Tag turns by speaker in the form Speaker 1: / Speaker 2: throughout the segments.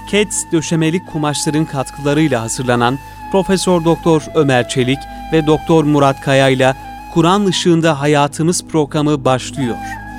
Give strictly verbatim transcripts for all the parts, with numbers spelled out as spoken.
Speaker 1: Keds döşemeli kumaşların katkılarıyla hazırlanan Profesör Doktor Ömer Çelik ve Doktor Murat Kaya ile Kur'an Işığında Hayatımız programı başlıyor.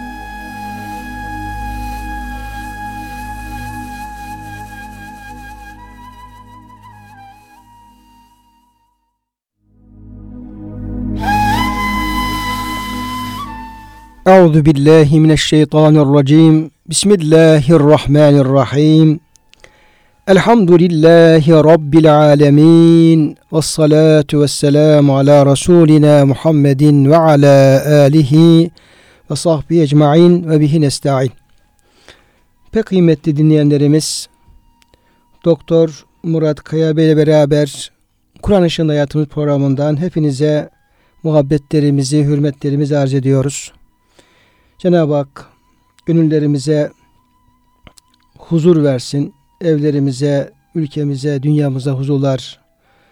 Speaker 2: Euzu billahi mineşşeytanirracim. Bismillahirrahmanirrahim. Elhamdülillahi rabbil alamin. Ves salatu vesselamü ala rasulina Muhammedin ve ala alihi ve sahbihi ecmaîn ve bihi nestaîn. Pek kıymetli dinleyenlerimiz, Doktor Murat Kaya Bey ile beraber Kur'an Işığında Hayatımız programından hepinize muhabbetlerimizi, hürmetlerimizi arz ediyoruz. Cenab-ı Hak gönüllerimize huzur versin, evlerimize, ülkemize, dünyamıza huzurlar,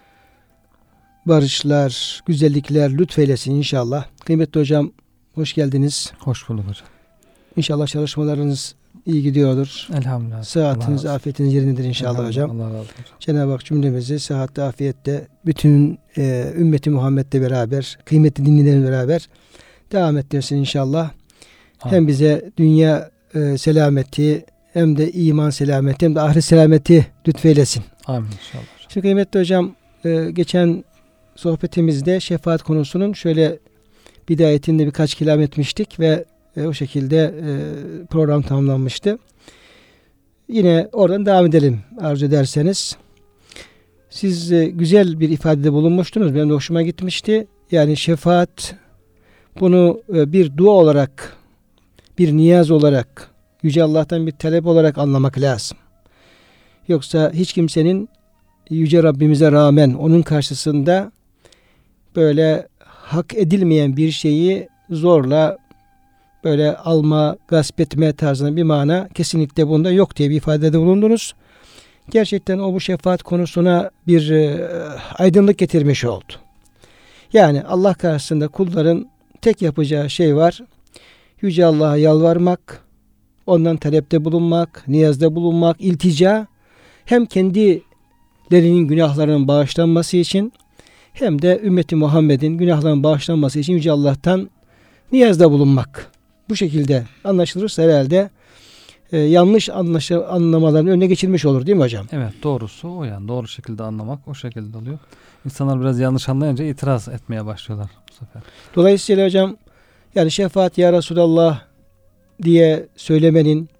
Speaker 2: barışlar, güzellikler lütfeylesin inşallah. Kıymetli hocam, hoş geldiniz.
Speaker 3: Hoş bulduk hocam.
Speaker 2: İnşallah çalışmalarınız iyi gidiyordur.
Speaker 3: Elhamdülillah.
Speaker 2: Sıhhatiniz, afiyetiniz yerindedir inşallah hocam.
Speaker 3: Allah razı olsun.
Speaker 2: Cenab-ı Hak cümlemizi sıhhatte, afiyette, bütün e, ümmeti Muhammed'le beraber, kıymetli dinleyenlerle beraber devam ettirsin inşallah. Amin. Hem bize dünya e, selameti, hem de iman selameti, hem de ahiret selameti lütfeylesin.
Speaker 3: Amin inşallah.
Speaker 2: Şimdi kıymetli hocam, e, geçen sohbetimizde şefaat konusunun şöyle bidayetinde birkaç kelam etmiştik ve e, o şekilde e, program tamamlanmıştı. Yine oradan devam edelim arzu ederseniz. Siz e, güzel bir ifadede bulunmuştunuz. Benim de hoşuma gitmişti. Yani şefaat, bunu e, bir dua olarak, bir niyaz olarak, Yüce Allah'tan bir talep olarak anlamak lazım. Yoksa hiç kimsenin Yüce Rabbimize rağmen onun karşısında böyle hak edilmeyen bir şeyi zorla böyle alma, gasp etme tarzında bir mana kesinlikle bunda yok diye bir ifadede bulundunuz. Gerçekten o bu şefaat konusuna bir e, aydınlık getirmiş oldu. Yani Allah karşısında kulların tek yapacağı şey var. Yüce Allah'a yalvarmak, ondan talepte bulunmak, niyazda bulunmak, iltica, hem kendilerinin günahlarının bağışlanması için hem de ümmeti Muhammed'in günahlarının bağışlanması için Yüce Allah'tan niyazda bulunmak. Bu şekilde anlaşılırsa herhalde e, yanlış anlaşı, anlamaların önüne geçilmiş olur değil mi hocam?
Speaker 3: Evet, doğrusu o, yani doğru şekilde anlamak o şekilde oluyor. İnsanlar biraz yanlış anlayınca itiraz etmeye başlıyorlar bu sefer.
Speaker 2: Dolayısıyla hocam, yani şefaat ya Resulallah diye söylemenin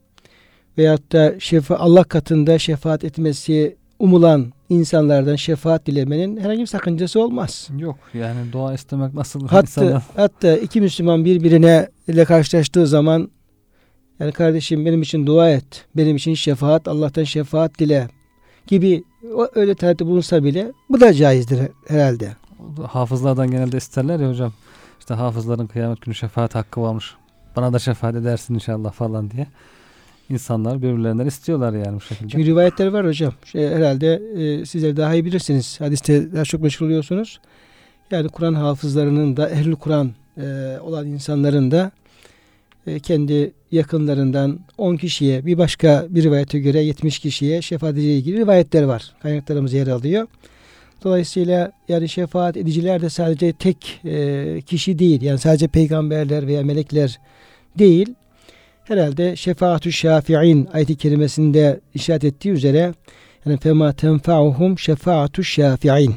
Speaker 2: veyahut da şefa, Allah katında şefaat etmesi umulan insanlardan şefaat dilemenin herhangi bir sakıncası olmaz.
Speaker 3: Yok, yani dua istemek nasıl?
Speaker 2: Hatta, hatta iki Müslüman birbirine ile karşılaştığı zaman, yani kardeşim benim için dua et, benim için şefaat, Allah'tan şefaat dile gibi o öyle talepte bulunsa bile bu da caizdir herhalde.
Speaker 3: Hafızlardan genelde isterler ya hocam. İşte hafızların kıyamet günü şefaat hakkı varmış. Bana da şefaat edersin inşallah falan diye. İnsanlar birbirlerinden istiyorlar yani bu şekilde. Çünkü
Speaker 2: rivayetler var hocam. Şey, herhalde e, sizler daha iyi bilirsiniz. Hadiste daha çok meşgul oluyorsunuz. Yani Kur'an hafızlarının da, ehl-i Kur'an e, olan insanların da e, kendi yakınlarından on kişiye, bir başka bir rivayete göre yetmiş kişiye şefaat edeceği ilgili rivayetler var. Kaynaklarımız yer alıyor. Dolayısıyla yani şefaat ediciler de sadece tek e, kişi değil. Yani sadece peygamberler veya melekler değil. Herhalde şefaatü şafi'in ayet-i kerimesinde işaret ettiği üzere, yani fema tenfa'uhum şefaatü şafi'in.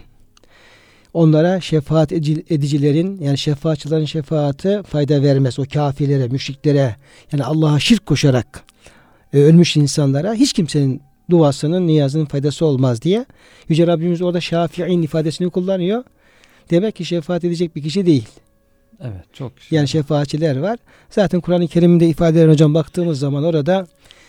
Speaker 2: Onlara şefaat edicilerin, yani şefaatçıların şefaati fayda vermez. O kafirlere, müşriklere, yani Allah'a şirk koşarak e, ölmüş insanlara hiç kimsenin duasının, niyazının faydası olmaz diye Yüce Rabbimiz orada şafi'in ifadesini kullanıyor. Demek ki şefaat edecek bir kişi değil.
Speaker 3: Evet, çok güzel.
Speaker 2: Yani şefaatçiler var. Zaten Kur'an-ı Kerim'de ifadelerine hocam baktığımız zaman orada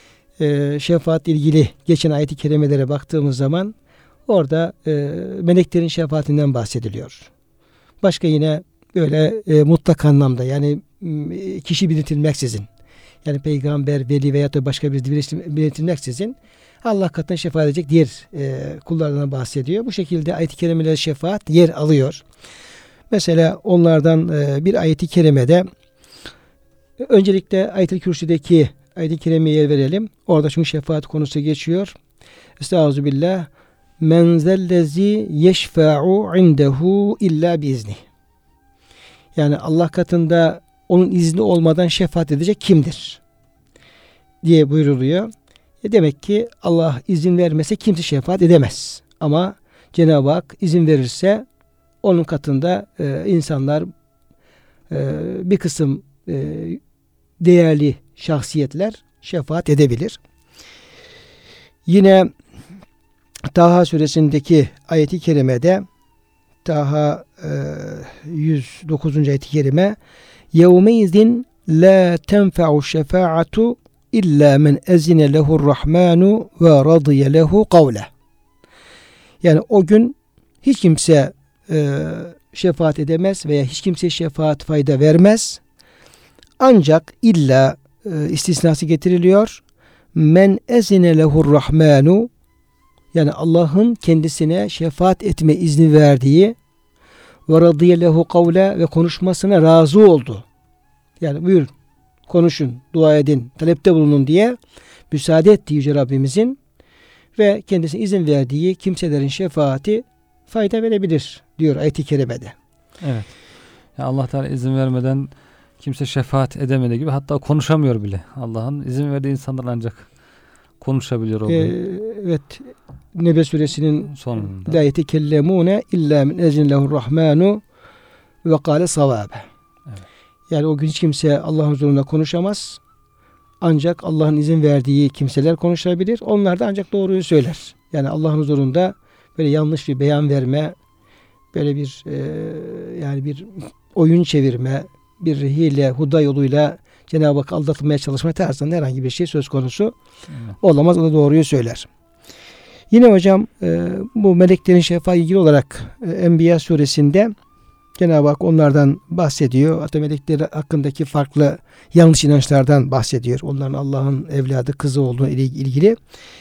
Speaker 2: e, şefaat ilgili geçen ayet-i kerimelere baktığımız zaman orada e, meleklerin şefaatinden bahsediliyor. Başka yine böyle e, mutlak anlamda, yani e, kişi belirtilmeksizin, yani peygamber, veli veya da başka bir belirtilmeksizin Allah katına şefaat edecek diğer e, kullarından bahsediyor. Bu şekilde ayet-i kerimelerde şefaat yer alıyor. Mesela onlardan e, bir ayet-i kerimede öncelikle Ayet-i Kürsü'deki ayet-i kerimeye yer verelim. Orada çünkü şefaat konusu geçiyor. Estağfirullah. Men zellezi yeşfa'u indehu illa biizni. Yani Allah katında onun izni olmadan şefaat edecek kimdir? Diye buyruluyor. E demek ki Allah izin vermese kimse şefaat edemez. Ama Cenab-ı Hak izin verirse onun katında e, insanlar e, bir kısım e, değerli şahsiyetler şefaat edebilir. Yine Taha suresindeki ayeti kerimede Taha e, yüz dokuzuncu ayeti kerime yevmeizin la tenfa'u şefaatu illa men ezine lehu'r-rahmanu ve radiye lehu kavle. Yani o gün hiç kimse e, şefaat edemez veya hiç kimse şefaat fayda vermez. Ancak illa e, istisnası getiriliyor. Men ezine lehu'r-rahmanu, yani Allah'ın kendisine şefaat etme izni verdiği ve radiye lehu kavle ve konuşmasına razı oldu. Yani buyur konuşun, dua edin, talepte bulunun diye müsaade ettiği Yüce Rabbimizin ve kendisine izin verdiği kimselerin şefaati fayda verebilir diyor ayet-i kerimede.
Speaker 3: Evet. Ya Allah Teala izin vermeden kimse şefaat edemediği gibi, hatta konuşamıyor bile. Allah'ın izin verdiği insanlar ancak konuşabiliyor olduğu.
Speaker 2: Ee, evet. Nebe suresinin
Speaker 3: sonunda.
Speaker 2: La yetekellemune illa min ezin lehu'r-rahmanu ve kâle savâbe.
Speaker 3: Evet.
Speaker 2: Yani o gün hiç kimse Allah'ın huzurunda konuşamaz. Ancak Allah'ın izin verdiği kimseler konuşabilir. Onlar da ancak doğruyu söyler. Yani Allah'ın huzurunda böyle yanlış bir beyan verme, böyle bir e, yani bir oyun çevirme, bir hile, huda yoluyla Cenab-ı Hak aldatmaya çalışma tarzında herhangi bir şey söz konusu evet. olamaz. O da doğruyu söyler. Yine hocam e, bu meleklerin şefaat ilgili olarak e, Enbiya suresinde Cenab-ı Hak onlardan bahsediyor. Hatta melekler hakkındaki farklı yanlış inançlardan bahsediyor. Onların Allah'ın evladı, kızı olduğu ile ilgili.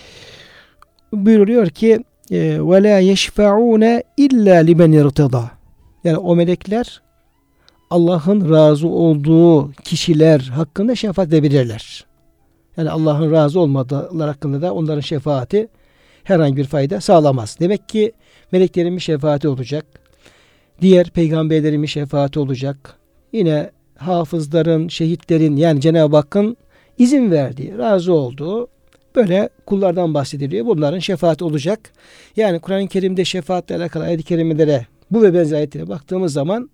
Speaker 2: Buyuruyor ki ve la yeşfa'une illa limen irtada. Yani o melekler Allah'ın razı olduğu kişiler hakkında şefaat edebilirler. Yani Allah'ın razı olmadılar hakkında da onların şefaati herhangi bir fayda sağlamaz. Demek ki meleklerin bir şefaati olacak. Diğer peygamberlerin bir şefaati olacak. Yine hafızların, şehitlerin, yani Cenab-ı Hakk'ın izin verdiği, razı olduğu böyle kullardan bahsediliyor. Bunların şefaati olacak. Yani Kur'an-ı Kerim'de şefaatle alakalı ayet-i kerimelere, bu ve benzer ayetlere baktığımız zaman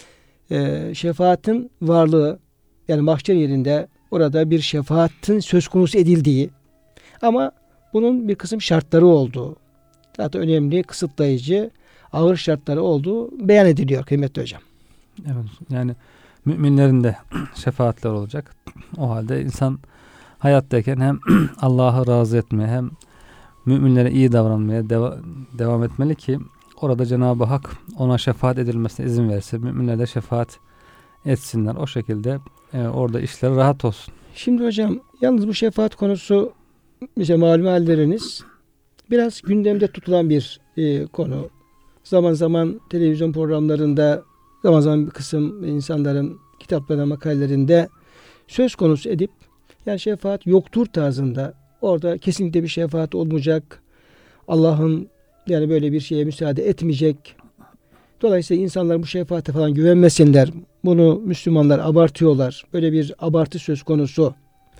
Speaker 2: e, şefaatin varlığı, yani mahşer yerinde orada bir şefaatin söz konusu edildiği ama bunun bir kısım şartları olduğu, zaten önemli, kısıtlayıcı, ağır şartları olduğu beyan ediliyor kıymetli hocam.
Speaker 3: Evet, yani müminlerin de şefaatler olacak. O halde insan hayattayken hem Allah'ı razı etmeye hem müminlere iyi davranmaya deva- devam etmeli ki orada Cenab-ı Hak ona şefaat edilmesine izin verse, müminler de şefaat etsinler. O şekilde e, orada işler rahat olsun.
Speaker 2: Şimdi hocam yalnız bu şefaat konusu işte malum halleriniz biraz gündemde tutulan bir e, konu. Zaman zaman televizyon programlarında, zaman zaman bir kısım insanların kitaplarında, makalelerinde söz konusu edip yani şefaat yoktur tarzında, orada kesinlikle bir şefaat olmayacak, Allah'ın yani böyle bir şeye müsaade etmeyecek. Dolayısıyla insanlar bu şefaate falan güvenmesinler. Bunu Müslümanlar abartıyorlar. Böyle bir abartı söz konusu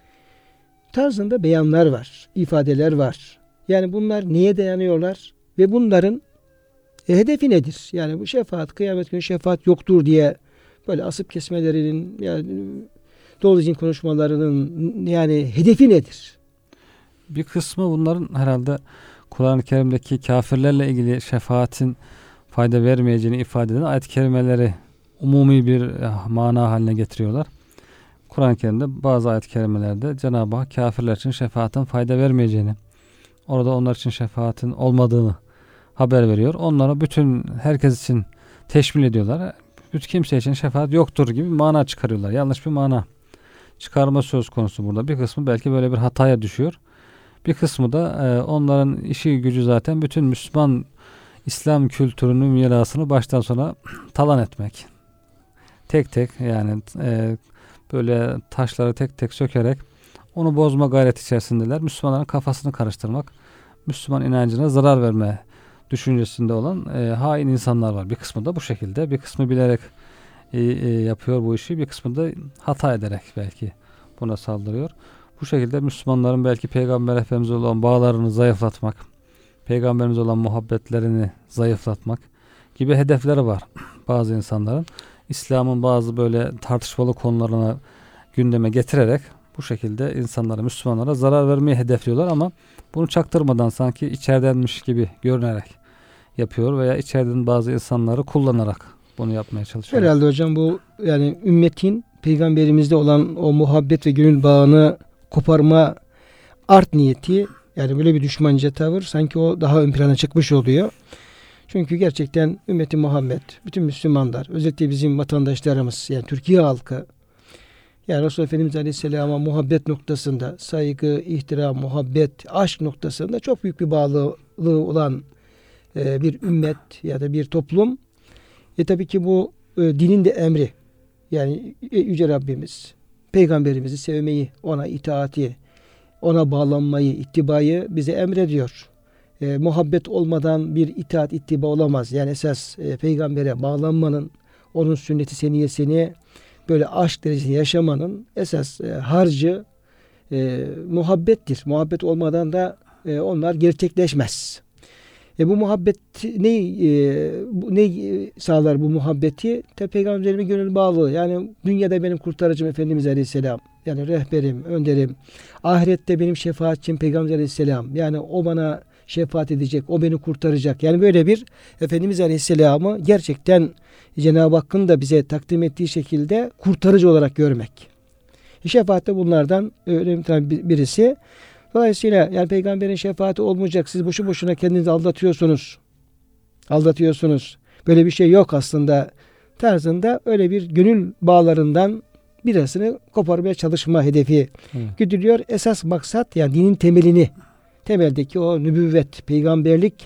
Speaker 2: tarzında beyanlar var, ifadeler var. Yani bunlar neye dayanıyorlar ve bunların e, hedefi nedir? Yani bu şefaat, kıyamet günü şefaat yoktur diye böyle asıp kesmelerinin, yani dolayısıyla konuşmalarının yani hedefi nedir?
Speaker 3: Bir kısmı bunların herhalde Kur'an-ı Kerim'deki kafirlerle ilgili şefaatin fayda vermeyeceğini ifade eden ayet-i kerimeleri umumi bir mana haline getiriyorlar. Kur'an-ı Kerim'de bazı ayet-i kerimelerde Cenab-ı Hak kafirler için şefaatin fayda vermeyeceğini, orada onlar için şefaatin olmadığını haber veriyor. Onlara bütün herkes için teşmil ediyorlar. Bütün kimse için şefaat yoktur gibi mana çıkarıyorlar. Yanlış bir mana çıkarma söz konusu burada. Bir kısmı belki böyle bir hataya düşüyor. Bir kısmı da e, onların işi gücü zaten bütün Müslüman İslam kültürünün mirasını baştan sona talan etmek. Tek tek yani e, böyle taşları tek tek sökerek onu bozma gayreti içerisindeler. Müslümanların kafasını karıştırmak, Müslüman inancına zarar verme düşüncesinde olan e, hain insanlar var. Bir kısmı da bu şekilde, bir kısmı bilerek e, e, yapıyor bu işi, bir kısmı da hata ederek belki buna saldırıyor. Bu şekilde Müslümanların belki Peygamber Efendimiz'e olan bağlarını zayıflatmak, Peygamberimize olan muhabbetlerini zayıflatmak gibi hedefleri var bazı insanların. İslam'ın bazı böyle tartışmalı konularına gündeme getirerek bu şekilde insanlara, Müslümanlara zarar vermeyi hedefliyorlar ama bunu çaktırmadan sanki içeridenmiş gibi görünerek yapıyor veya içeriden bazı insanları kullanarak bunu yapmaya çalışıyor.
Speaker 2: Herhalde hocam bu yani ümmetin peygamberimizde olan o muhabbet ve gönül bağını koparma art niyeti, yani böyle bir düşmanca tavır sanki o daha ön plana çıkmış oluyor. Çünkü gerçekten ümmeti Muhammed, bütün Müslümanlar, özellikle bizim vatandaşlarımız, yani Türkiye halkı, yani Resulullah Efendimiz Aleyhisselam'a muhabbet noktasında, saygı, ihtiram, muhabbet, aşk noktasında çok büyük bir bağlılığı olan e, bir ümmet ya da bir toplum. E tabii ki bu e, dinin de emri. Yani e, Yüce Rabbimiz, Peygamberimizi sevmeyi, ona itaati, ona bağlanmayı, ittibayı bize emrediyor. E, muhabbet olmadan bir itaat, ittiba olamaz. Yani esas e, peygambere bağlanmanın, onun sünneti seniyesini böyle aşk derecesinde yaşamanın esas e, harcı e, muhabbettir. Muhabbet olmadan da e, onlar gerçekleşmez. E, bu muhabbet ne e, bu, ne sağlar bu muhabbeti? Te Peygamberime gönül bağlı. Yani dünyada benim kurtarıcım Efendimiz Aleyhisselam. Yani rehberim, önderim. Ahirette benim şefaatçim Peygamber Aleyhisselam. Yani o bana şefaat edecek, o beni kurtaracak. Yani böyle bir Efendimiz Aleyhisselam'ı gerçekten Cenab-ı Hakk'ın da bize takdim ettiği şekilde kurtarıcı olarak görmek. Şefaat de bunlardan önemli birisi. Dolayısıyla yani peygamberin şefaati olmayacak. Siz boşu boşuna kendinizi aldatıyorsunuz. Aldatıyorsunuz. Böyle bir şey yok aslında tarzında öyle bir gönül bağlarından birisini koparmaya çalışma hedefi evet. güdülüyor. Esas maksat yani dinin temelini, temeldeki o nübüvvet, peygamberlik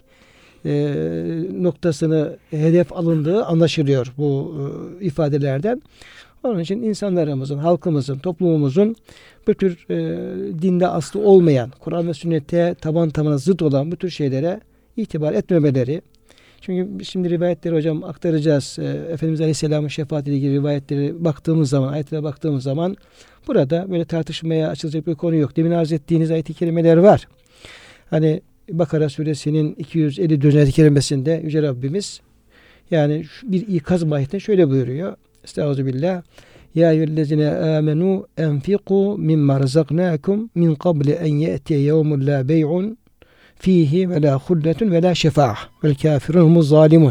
Speaker 2: e, noktasını hedef alındığı anlaşılıyor bu e, ifadelerden. Onun için insanlarımızın, halkımızın, toplumumuzun bu tür e, dinde aslı olmayan, Kur'an ve sünnete taban tabana zıt olan bu tür şeylere itibar etmemeleri. Çünkü şimdi rivayetleri hocam aktaracağız. E, Efendimiz Aleyhisselam'ın şefaatiyle ilgili rivayetleri baktığımız zaman, ayetlere baktığımız zaman burada böyle tartışmaya açılacak bir konu yok. Demin arz ettiğiniz ayet-i kerimeler var. Hani Bakara suresinin iki yüz elli dördüncü ayet-i kerimesinde Yüce Rabbimiz yani bir ikaz mahiyetinde şöyle buyuruyor. Estağfirullah. Ya eyyühellezine amenu enfiqu mimma razaknakum min qabli en ye'tiye yevmun la bey'un fihi ve la hulletun ve la şefa'a vel kafirun humuz zalimun.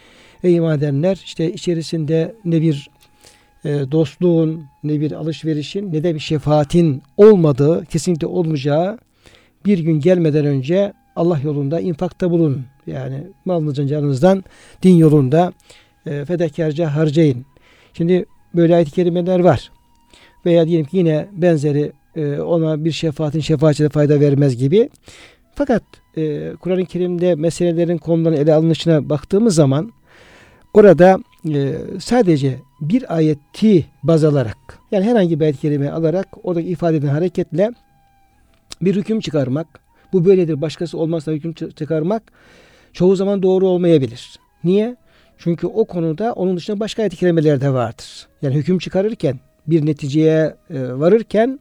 Speaker 2: Ey iman edenler, işte içerisinde ne bir e, dostluğun, ne bir alışverişin, ne de bir şefaatin olmadığı, kesinlikle olmayacağı bir gün gelmeden önce Allah yolunda infakta bulun. Yani malınızdan, canınızdan din yolunda e, fedakarca harcayın. Şimdi böyle ayet-i kerimeler var. Veya diyelim ki yine benzeri e, ona bir şefaatin şefaatçide fayda vermez gibi. Fakat e, Kur'an-ı Kerim'de meselelerin konuların ele alınışına baktığımız zaman orada e, sadece bir ayeti baz alarak, yani herhangi bir ayet-i kerime alarak oradaki ifadeden hareketle bir hüküm çıkarmak, bu böyledir başkası olmazsa hüküm çıkarmak çoğu zaman doğru olmayabilir. Niye? Çünkü o konuda onun dışında başka ayet-i kerimeler de vardır. Yani hüküm çıkarırken, bir neticeye e, varırken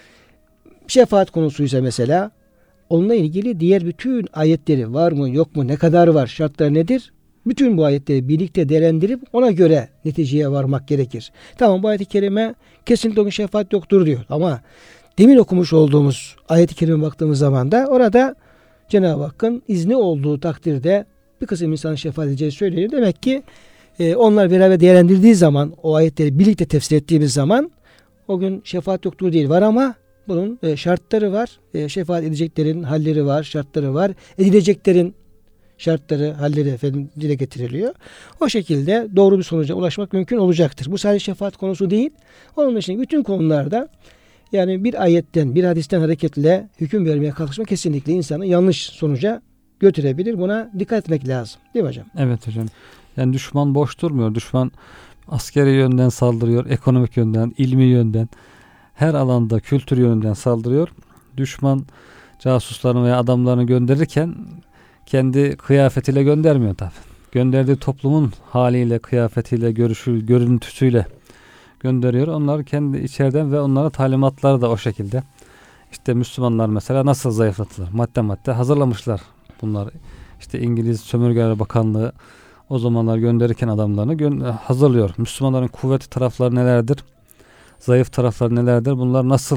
Speaker 2: şefaat konusuysa mesela onunla ilgili diğer bütün ayetleri var mı yok mu, ne kadar var, şartlar nedir? Bütün bu ayetleri birlikte değerlendirip ona göre neticeye varmak gerekir. Tamam, bu ayet-i kerime kesinlikle o şefaat yoktur diyor ama demin okumuş olduğumuz ayet-i kerime baktığımız zaman da orada Cenab-ı Hakk'ın izni olduğu takdirde bir kısım insanın şefaat edeceği söyleniyor. Demek ki e, onlar beraber değerlendirdiği zaman, o ayetleri birlikte tefsir ettiğimiz zaman o gün şefaat yoktur değil, var ama bunun e, şartları var. E, şefaat edeceklerin halleri var, şartları var. Edileceklerin şartları, halleri efendim dile getiriliyor. O şekilde doğru bir sonuca ulaşmak mümkün olacaktır. Bu sadece şefaat konusu değil. Onun dışında bütün konularda yani bir ayetten, bir hadisten hareketle hüküm vermeye kalkışma kesinlikle insanı yanlış sonuca götürebilir. Buna dikkat etmek lazım. Değil mi hocam?
Speaker 3: Evet hocam. Yani düşman boş durmuyor. Düşman askeri yönden saldırıyor, ekonomik yönden, ilmi yönden. her alanda kültür yönünden saldırıyor. Düşman casuslarını veya adamlarını gönderirken kendi kıyafetiyle göndermiyor tabii. Gönderdiği toplumun haliyle, kıyafetiyle, görüşü, görüntüsüyle gönderiyor. Onlar kendi içeriden ve onlara talimatları da o şekilde. İşte Müslümanlar mesela nasıl zayıflatılır? Madde madde hazırlamışlar bunlar. İşte İngiliz Sömürgeler Bakanlığı o zamanlar gönderirken adamlarını gö- hazırlıyor. Müslümanların kuvvetli tarafları nelerdir? Zayıf tarafları nelerdir? Bunlar nasıl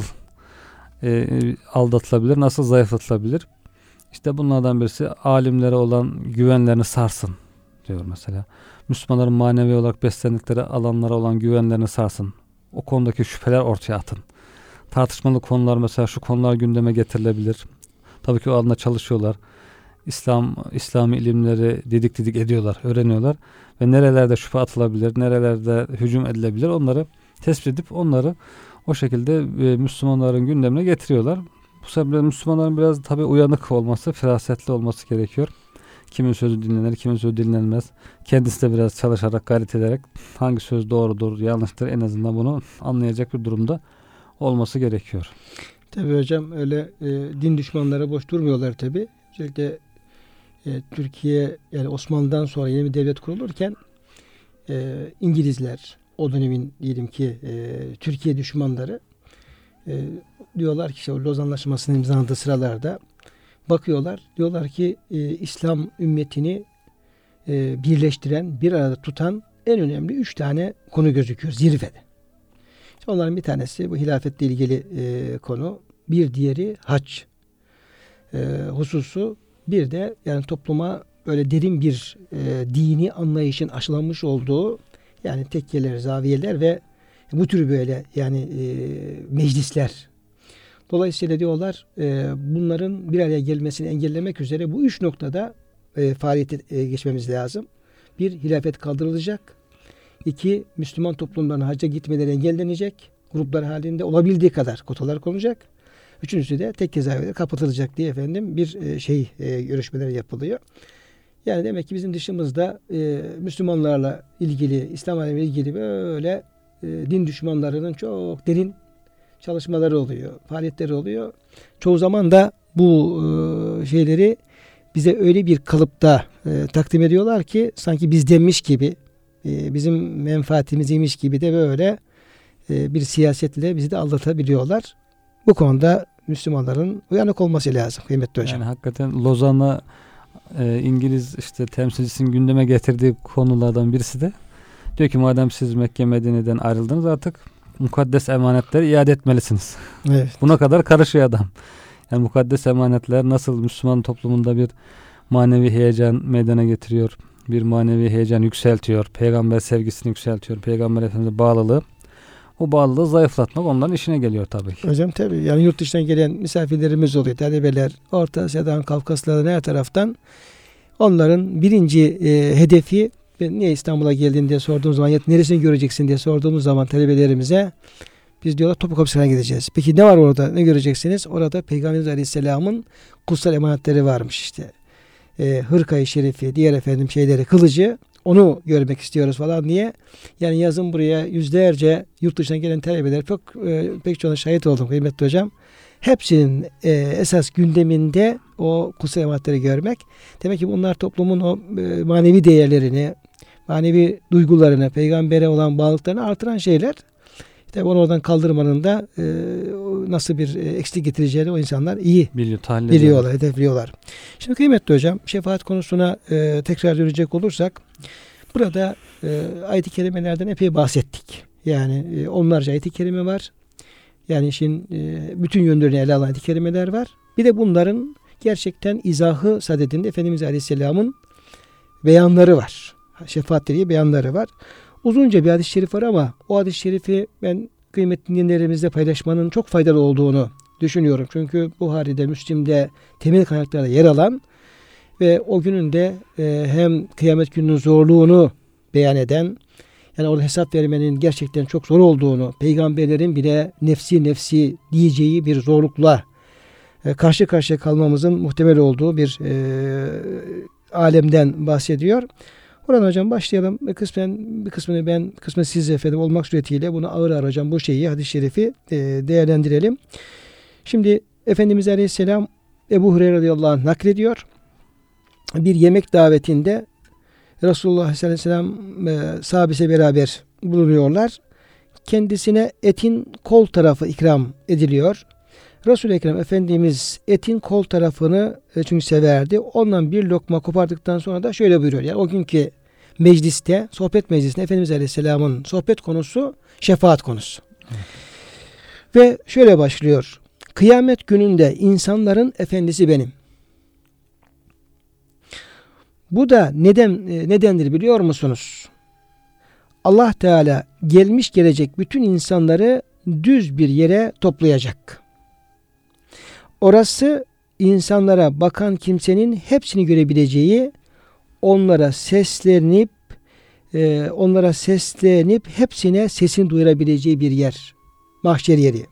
Speaker 3: e, aldatılabilir? Nasıl zayıflatılabilir? İşte bunlardan birisi alimlere olan güvenlerini sarsın diyor mesela. Müslümanların manevi olarak beslendikleri alanlara olan güvenlerini sarsın. O konudaki şüpheler ortaya atın. Tartışmalı konular mesela şu konular gündeme getirilebilir. Tabii ki o alanda çalışıyorlar. İslam, İslami ilimleri didik didik ediyorlar, öğreniyorlar. Ve nerelerde şüphe atılabilir, nerelerde hücum edilebilir onları tespit edip onları o şekilde e, Müslümanların gündemine getiriyorlar. Bu sebeple Müslümanların biraz tabii uyanık olması, ferasetli olması gerekiyor. Kimin sözü dinlenir, kimin sözü dinlenmez. Kendisi de biraz çalışarak, gayret ederek hangi söz doğrudur, yanlıştır en azından bunu anlayacak bir durumda olması gerekiyor.
Speaker 2: Tabii hocam öyle e, din düşmanları boş durmuyorlar tabii. Özellikle e, Türkiye yani Osmanlı'dan sonra yeni bir devlet kurulurken e, İngilizler o dönemin diyelim ki e, Türkiye düşmanları e, diyorlar ki işte o Lozan Anlaşması'nın imzaladığı sıralarda bakıyorlar diyorlar ki e, İslam ümmetini e, birleştiren bir arada tutan en önemli üç tane konu gözüküyor zirvede. İşte onların bir tanesi bu hilafetle ilgili e, konu, bir diğeri hac e, hususu, bir de yani topluma böyle derin bir e, dini anlayışın aşılanmış olduğu yani tekkeler, zaviyeler ve bu tür böyle yani e, meclisler. Dolayısıyla diyorlar e, bunların bir araya gelmesini engellemek üzere bu üç noktada e, faaliyete e, geçmemiz lazım. Bir, hilafet kaldırılacak. İki, Müslüman toplumların hacca gitmeleri engellenecek. Gruplar halinde olabildiği kadar kotalar konulacak. Üçüncüsü de tekke zaviyeler kapatılacak diye efendim bir e, şey e, görüşmeler yapılıyor. Yani demek ki bizim dışımızda e, Müslümanlarla ilgili, İslam alemiyle ilgili böyle e, din düşmanlarının çok derin çalışmaları oluyor, faaliyetleri oluyor. Çoğu zaman da bu e, şeyleri bize öyle bir kalıpta e, takdim ediyorlar ki sanki bizdenmiş gibi, e, bizim menfaatimizmiş gibi de böyle e, bir siyasetle bizi de aldatabiliyorlar. Bu konuda Müslümanların uyanık olması lazım kıymetli hocam.
Speaker 3: Yani hakikaten Lozan'a e, İngiliz işte temsilcisinin gündeme getirdiği konulardan birisi de diyor ki madem siz Mekke Medine'den ayrıldınız artık mukaddes emanetleri iade etmelisiniz.
Speaker 2: Evet.
Speaker 3: Buna kadar karışıyor adam. Yani mukaddes emanetler nasıl Müslüman toplumunda bir manevi heyecan meydana getiriyor. Bir manevi heyecan yükseltiyor. Peygamber sevgisini yükseltiyor. Peygamber Efendimiz'e bağlılığı. O bağlılığı zayıflatmak onların işine geliyor tabii ki.
Speaker 2: Hocam tabii yani yurt dışından gelen misafirlerimiz oluyor. Talebeler Orta Asya'dan, Kafkaslardan her taraftan. Onların birinci e, hedefi ben niye İstanbul'a geldin diye sorduğumuz zaman ya neresini göreceksin diye sorduğumuz zaman talebelerimize biz diyorlar Topkapı gideceğiz. Peki ne var orada? Ne göreceksiniz? Orada Peygamberimiz Aleyhisselam'ın kutsal emanetleri varmış işte. E, hırkayı şerifi, diğer efendim şeyleri, kılıcı onu görmek istiyoruz falan diye. Yani yazın buraya yüzlerce yurt dışından gelen talebeler çok e, pek çoğuna şahit oldum kıymetli hocam. Hepsinin e, esas gündeminde o kutsal emanetleri görmek. Demek ki bunlar toplumun o e, manevi değerlerini, manevi duygularını, peygambere olan bağlılıklarını artıran şeyler. İşte onu oradan kaldırmanın da e, nasıl bir e, eksik getireceğini o insanlar iyi
Speaker 3: Biliyor, tahlil
Speaker 2: biliyorlar, hedefliyorlar. Şimdi kıymetli hocam, şefaat konusuna e, tekrar dönecek olursak, burada e, ayet-i kerimelerden epey bahsettik. Yani e, onlarca ayet-i kerime var. Yani işin e, bütün yönlerini ele alan ayet-i kerimeler var. Bir de bunların gerçekten izahı sadedinde Efendimiz Aleyhisselam'ın beyanları var. Şefaat diye beyanları var. Uzunca bir hadis-i şerif var ama o hadis-i şerifi ben kıymetli dinlerimizle paylaşmanın çok faydalı olduğunu düşünüyorum. Çünkü Buhari'de, Müslim'de temel kaynaklarda yer alan ve o günün de e, hem kıyamet gününün zorluğunu beyan eden, yani orada hesap vermenin gerçekten çok zor olduğunu, peygamberlerin bile nefsi nefsi diyeceği bir zorlukla e, karşı karşıya kalmamızın muhtemel olduğu bir e, alemden bahsediyor. Buradan hocam başlayalım. Bir kısmen bir kısmını ben, bir kısmını siz efendim olmak suretiyle bunu ağır ağır hocam bu şeyi, hadis-i şerifi e, değerlendirelim. Şimdi Efendimiz Aleyhisselam Ebu Hureyre radıyallahu anh naklediyor. Bir yemek davetinde Resulullah sallallahu aleyhi ve sellem e, sahabesi beraber bulunuyorlar. Kendisine etin kol tarafı ikram ediliyor. Resul-i Ekrem Efendimiz etin kol tarafını e, çünkü severdi. Ondan bir lokma kopardıktan sonra da şöyle buyuruyor. Yani o günkü mecliste, sohbet meclisinde Efendimiz Aleyhisselam'ın sohbet konusu şefaat konusu. Evet. Ve şöyle başlıyor. Kıyamet gününde insanların efendisi benim. Bu da neden nedendir biliyor musunuz? Allah Teala gelmiş gelecek bütün insanları düz bir yere toplayacak. Orası insanlara bakan kimsenin hepsini görebileceği, onlara seslenip e, onlara seslenip hepsine sesini duyurabileceği bir yer. Mahşer yeri.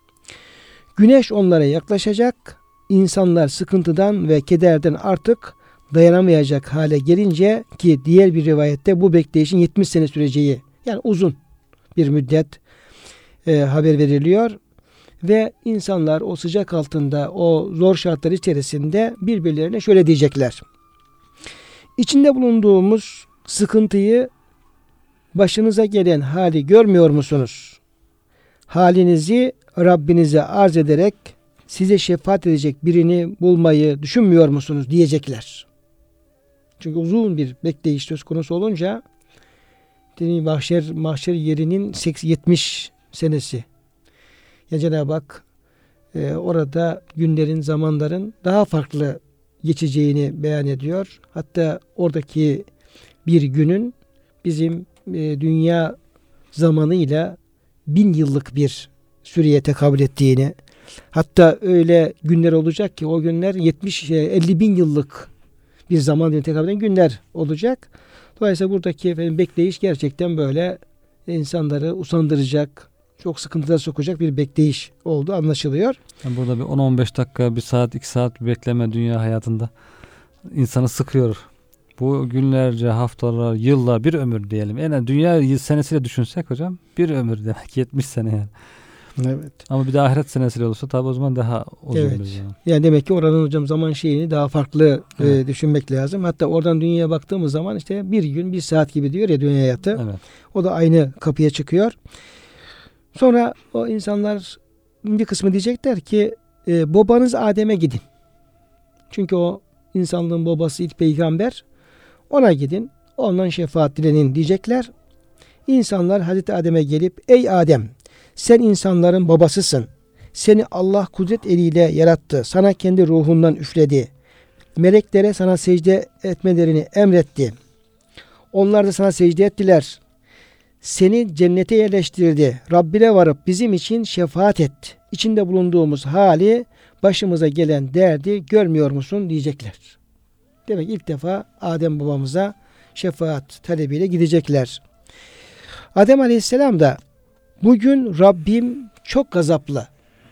Speaker 2: Güneş onlara yaklaşacak. İnsanlar sıkıntıdan ve kederden artık dayanamayacak hale gelince, ki diğer bir rivayette bu bekleyişin yetmiş sene süreceği, yani uzun bir müddet e, haber veriliyor. Ve insanlar o sıcak altında, o zor şartlar içerisinde birbirlerine şöyle diyecekler. İçinde bulunduğumuz sıkıntıyı, başınıza gelen hali görmüyor musunuz? Halinizi Rabbinize arz ederek size şefaat edecek birini bulmayı düşünmüyor musunuz diyecekler. Çünkü uzun bir bekleyiş söz konusu olunca mahşer, mahşer yerinin yetmiş senesi. Ya Cenab-ı Hak e, orada günlerin, zamanların daha farklı geçeceğini beyan ediyor. Hatta oradaki bir günün bizim e, dünya zamanıyla bin yıllık bir süreye tekabül ettiğini, hatta öyle günler olacak ki o günler yetmiş elli bin yıllık bir zaman diye tekabül eden günler olacak. Dolayısıyla buradaki efendim, bekleyiş gerçekten böyle insanları usandıracak, çok sıkıntıya sokacak bir bekleyiş olduğu anlaşılıyor.
Speaker 3: Yani burada bir on on beş dakika, bir saat, iki saat bekleme dünya hayatında insanı sıkıyor. Bu günlerce, haftalar, yıllar, bir ömür diyelim. Yani dünya yıl senesiyle düşünsek hocam, bir ömür demek, yetmiş sene yani.
Speaker 2: Evet.
Speaker 3: Ama bir de ahiret senesiyle olursa tabi o zaman daha uzun.
Speaker 2: Evet.
Speaker 3: Yani.
Speaker 2: yani demek ki oranın hocam zaman şeyini daha farklı
Speaker 3: evet.
Speaker 2: e, düşünmek lazım. Hatta oradan dünyaya baktığımız zaman işte bir gün, bir saat gibi diyor ya dünya hayatı.
Speaker 3: Evet.
Speaker 2: O da aynı kapıya çıkıyor. Sonra o insanlar bir kısmı diyecekler ki e, babanız Adem'e gidin. Çünkü o insanlığın babası ilk peygamber. Ona gidin. Ondan şefaat dilenin diyecekler. İnsanlar Hazreti Adem'e gelip ey Adem, sen insanların babasısın. Seni Allah kudret eliyle yarattı. Sana kendi ruhundan üfledi. Meleklere sana secde etmelerini emretti. Onlar da sana secde ettiler. Seni cennete yerleştirdi. Rabbine varıp bizim için şefaat et. İçinde bulunduğumuz hali, başımıza gelen derdi görmüyor musun diyecekler. Demek ilk defa Adem babamıza şefaat talebiyle gidecekler. Adem Aleyhisselam da bugün Rabbim çok gazaplı.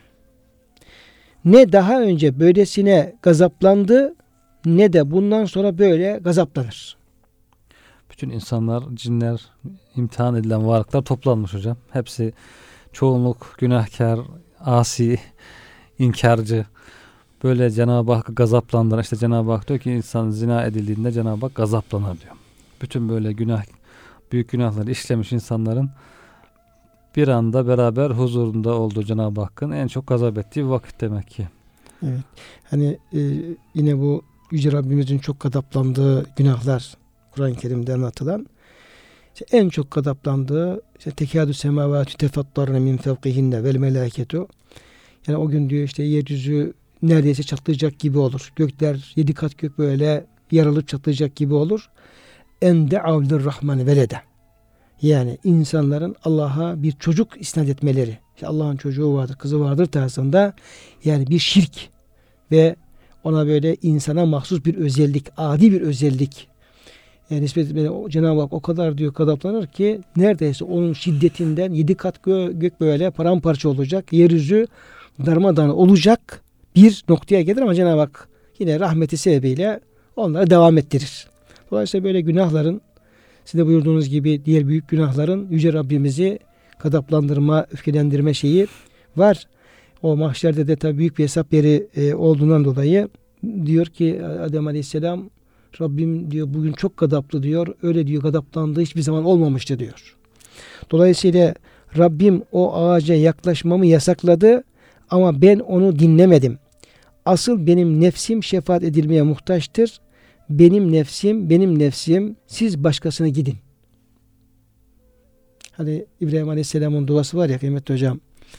Speaker 2: Ne daha önce böylesine gazaplandı ne de bundan sonra böyle gazaplanır.
Speaker 3: Bütün insanlar, cinler, imtihan edilen varlıklar toplanmış hocam. Hepsi çoğunluk günahkar, asi, inkarcı. Böyle Cenab-ı Hak gazaplandıran, işte Cenab-ı Hak diyor ki insan zina edildiğinde Cenab-ı Hak gazaplanır diyor. Bütün böyle günah, büyük günahları işlemiş insanların bir anda beraber huzurunda olduğu Cenab-ı Hakk'ın en çok gazap ettiği bir vakit demek ki.
Speaker 2: Evet. Hani e, yine bu Yüce Rabbimizin çok gazaplandığı günahlar Kur'an-ı Kerim'de anlatılan, işte en çok gazaplandığı işte tekâdü semâvâtü tefattarne min fevkihinne vel melâketu. Yani o gün diyor işte yeryüzü neredeyse çatlayacak gibi olur. Gökler yedi kat gök böyle yarılıp çatlayacak gibi olur. En de'avlir rahmani velede. Yani insanların Allah'a bir çocuk isnat etmeleri. İşte Allah'ın çocuğu vardır, kızı vardır tarzında, yani bir şirk ve ona böyle insana mahsus bir özellik, adi bir özellik. Yani nispet Cenab-ı Hak o kadar diyor gazaplanır ki neredeyse onun şiddetinden yedi kat gö- gök böyle paramparça olacak. Yeryüzü darmadağın olacak bir noktaya gelir ama Cenab-ı Hak yine rahmeti sebebiyle onları devam ettirir. Dolayısıyla böyle günahların Siz de buyurduğunuz gibi diğer büyük günahların Yüce Rabbimizi gadaplandırma, öfkelendirme şeyi var. O mahşerde de tabii büyük bir hesap yeri e, olduğundan dolayı diyor ki Adem Aleyhisselam, Rabbim diyor bugün çok gadaplı diyor. Öyle diyor, gadaplandığı hiçbir zaman olmamıştı diyor. Dolayısıyla Rabbim o ağaca yaklaşmamı yasakladı ama ben onu dinlemedim. Asıl benim nefsim şefaat edilmeye muhtaçtır. Benim nefsim, benim nefsim, siz başkasına gidin. Hani İbrahim Aleyhisselam'ın duası var ya kıymetli hocam.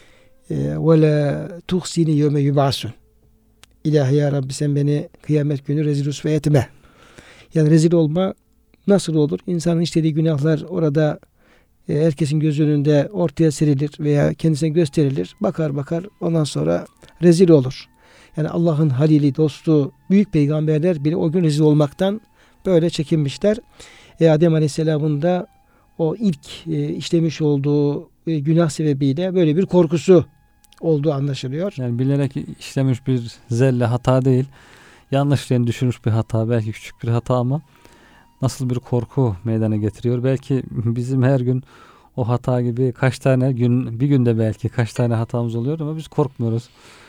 Speaker 2: Ve la tuhsini yevme yub'asun. İlahi ya Rabbi sen beni kıyamet günü rezil rüsva etme. Yani rezil olma nasıl olur? İnsanın işlediği günahlar orada e, herkesin göz önünde ortaya serilir veya kendisine gösterilir. Bakar bakar ondan sonra rezil olur. Yani Allah'ın halili, dostu, büyük peygamberler bile o gün rezil olmaktan böyle çekinmişler. E, Adem Aleyhisselam'ın da o ilk e, işlemiş olduğu e, günah sebebiyle böyle bir korkusu olduğu anlaşılıyor.
Speaker 3: Yani bilerek işlemiş bir zelle hata değil. Yanlışlıkla düşünmüş bir hata, belki küçük bir hata ama nasıl bir korku meydana getiriyor. Belki bizim her gün o hata gibi kaç tane gün, bir günde belki kaç tane hatamız oluyor ama biz korkmuyoruz.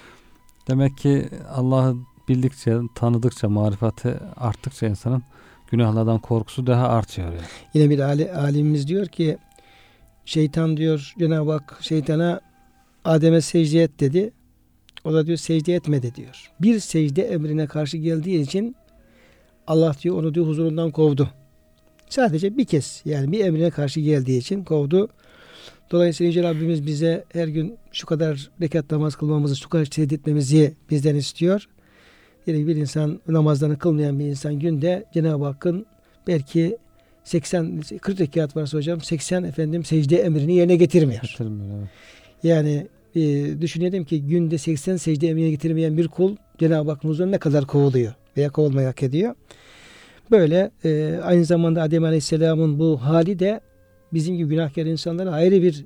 Speaker 3: Demek ki Allah'ı bildikçe, tanıdıkça, marifeti arttıkça insanın günahlardan korkusu daha artıyor. Yani.
Speaker 2: Yine bir ali, alimimiz diyor ki şeytan diyor Cenab-ı Hak şeytana Adem'e secde et dedi. O da diyor secde etmedi diyor. Bir secde emrine karşı geldiği için Allah diyor onu diyor huzurundan kovdu. Sadece bir kez yani bir emrine karşı geldiği için kovdu. Dolayısıyla Yüce Rabbimiz bize her gün şu kadar rekat namaz kılmamızı, şu kadar secde etmemizi bizden istiyor. Yani bir insan namazlarını kılmayan bir insan günde Cenab-ı Hakk'ın belki seksen kırk rekat varsa hocam seksen efendim secde emrini yerine getirmiyor.
Speaker 3: Getirmiyor evet.
Speaker 2: Yani e, düşünelim ki günde seksen secde emrini getirmeyen bir kul Cenab-ı Hakk'ın huzuruna ne kadar kovuluyor veya kovulmayı hak ediyor. Böyle e, aynı zamanda Adem Aleyhisselam'ın bu hali de bizim gibi günahkar insanlara ayrı bir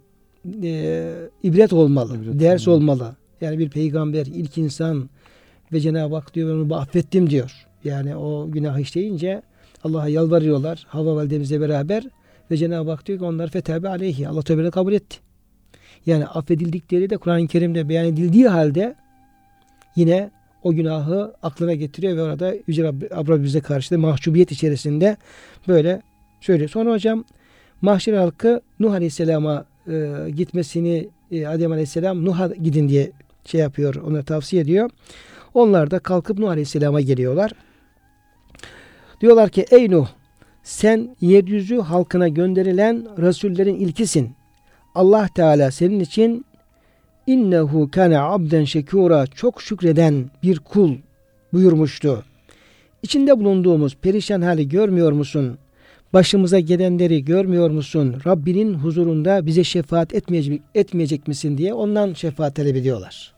Speaker 2: e, ibret olmalı,
Speaker 3: İbret
Speaker 2: ders
Speaker 3: olmalı.
Speaker 2: olmalı. Yani bir peygamber, ilk insan ve Cenab-ı Hak diyor onu affettim diyor. Yani o günah işleyince Allah'a yalvarıyorlar Havva validemizle beraber ve Cenab-ı Hak diyor ki onlar fetâbe aleyhi. Allah tövbelerini kabul etti. Yani affedildikleri de Kur'an-ı Kerim'de beyan edildiği halde yine o günahı aklına getiriyor ve orada Yüce Rabbimize karşı da mahcubiyet içerisinde böyle söylüyor. Sonra hocam mahşer halkı Nuh Aleyhisselam'a e, gitmesini e, Adem Aleyhisselam Nuh'a gidin diye şey yapıyor, ona tavsiye ediyor. Onlar da kalkıp Nuh Aleyhisselam'a geliyorlar. Diyorlar ki ey Nuh sen yeryüzü halkına gönderilen Resullerin ilkisin. Allah Teala senin için innehu kana abden şekura çok şükreden bir kul buyurmuştu. İçinde bulunduğumuz perişan hali görmüyor musun? Başımıza gelenleri görmüyor musun? Rabbinin huzurunda bize şefaat etmeyecek, etmeyecek misin diye ondan şefaat talep ediyorlar.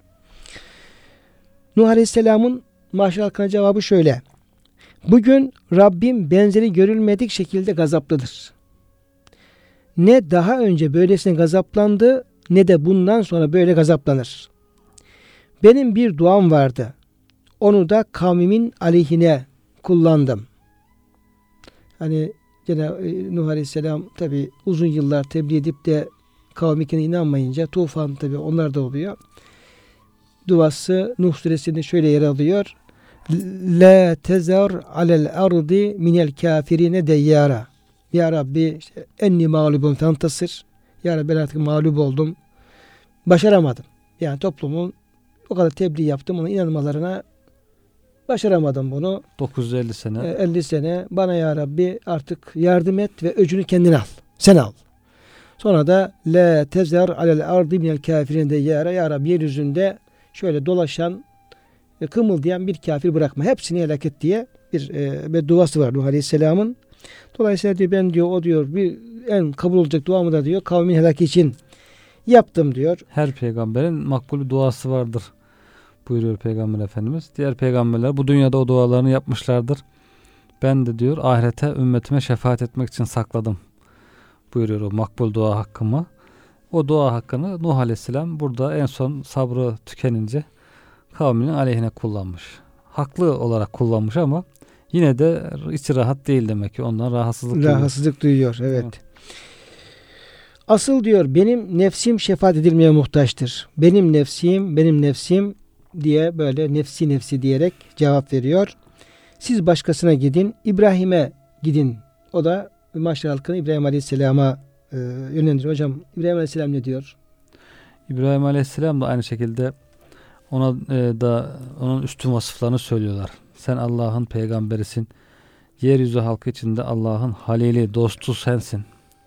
Speaker 2: Nuh Aleyhisselam'ın mahşer halkına cevabı şöyle. Bugün Rabbim benzeri görülmedik şekilde gazaplıdır. Ne daha önce böylesine gazaplandı ne de bundan sonra böyle gazaplanır. Benim bir duam vardı. Onu da kavmimin aleyhine kullandım. Hani Cenab-ı Nuh Aleyhisselam tabi uzun yıllar tebliğ edip de kavmikine inanmayınca tufan tabi onlar da oluyor. Duası Nuh suresinde şöyle yer alıyor. La tezer alel ardi minel kafirine deyyara. Ya Rabbi işte, enni mağlubun fantasır. Ya Rabbi ben artık mağlup oldum. Başaramadım. Yani toplumun o kadar tebliğ yaptım. Ona inanmalarına başaramadım bunu.
Speaker 3: dokuz yüz elli sene.
Speaker 2: elli sene. Bana ya Rabbi artık yardım et ve öcünü kendin al. Sen al. Sonra da la tezer alel ardi minel kafirine deyyara. Ya Rabbi yeryüzünde şöyle dolaşan kımıldayan bir kafir bırakma. Hepsini helak et diye bir e, bedduası var Nuh Aleyhisselam'ın. Dolayısıyla diyor ben diyor o diyor bir en kabul olacak duamı da diyor kavmin helaki için yaptım diyor.
Speaker 3: Her peygamberin makbul bir duası vardır buyuruyor Peygamber Efendimiz. Diğer peygamberler bu dünyada o dualarını yapmışlardır. Ben de diyor ahirete ümmetime şefaat etmek için sakladım buyuruyor o makbul dua hakkımı. O dua hakkını Nuh Aleyhisselam burada en son sabrı tükenince kavminin aleyhine kullanmış. Haklı olarak kullanmış ama Yine de içi rahat değil demek ki. Ondan rahatsızlık duyuyor.
Speaker 2: Rahatsızlık duyuyor. Evet.
Speaker 3: Evet.
Speaker 2: Asıl diyor benim nefsim şefaat edilmeye muhtaçtır. Benim nefsim, benim nefsim diye böyle nefsi nefsi diyerek cevap veriyor. Siz başkasına gidin, İbrahim'e gidin. O da Mahşer halkını İbrahim Aleyhisselam'a e, yönlendiriyor. Hocam İbrahim Aleyhisselam ne diyor?
Speaker 3: İbrahim Aleyhisselam da aynı şekilde ona e, da onun üstün vasıflarını söylüyorlar. Sen Allah'ın peygamberisin. Yeryüzü halkı içinde Allah'ın halili, dostu sensin.